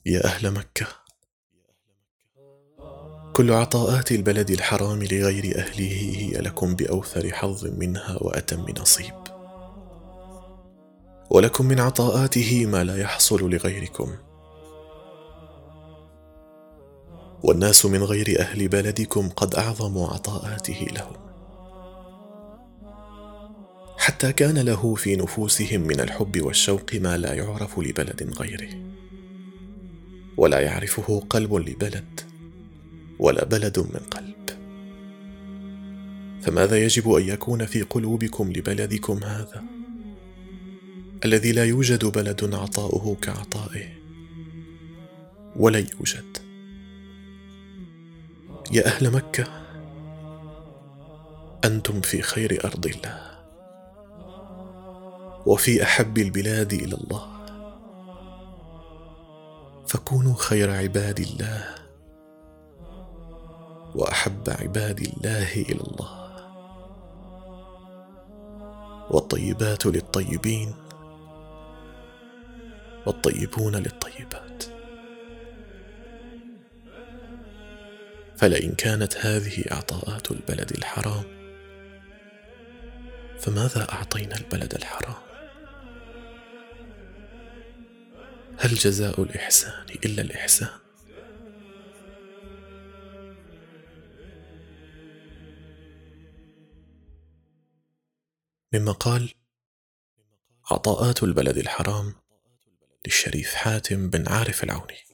يا أهل مكة، كل عطاءات البلد الحرام لغير أهله هي لكم بأوفر حظ منها وأتم نصيب، ولكم من عطاءاته ما لا يحصل لغيركم، والناس من غير أهل بلدكم قد أعظموا عطاءاته لهم، حتى كان له في نفوسهم من الحب والشوق ما لا يعرف لبلد غيره، ولا يعرفه قلب لبلد ولا بلد من قلب. فماذا يجب أن يكون في قلوبكم لبلدكم هذا الذي لا يوجد بلد عطاؤه كعطائه، ولا يوجد. يا أهل مكة، أنتم في خير أرض الله، وفي أحب البلاد إلى الله، فكونوا خير عباد الله وأحب عباد الله إلى الله. والطيبات للطيبين والطيبون للطيبات. فلئن كانت هذه عطاءات البلد الحرام، فماذا أعطينا البلد الحرام؟ هل جزاء الإحسان إلا الإحسان؟ من مقال عطاءات البلد الحرام للشريف حاتم بن عارف العوني.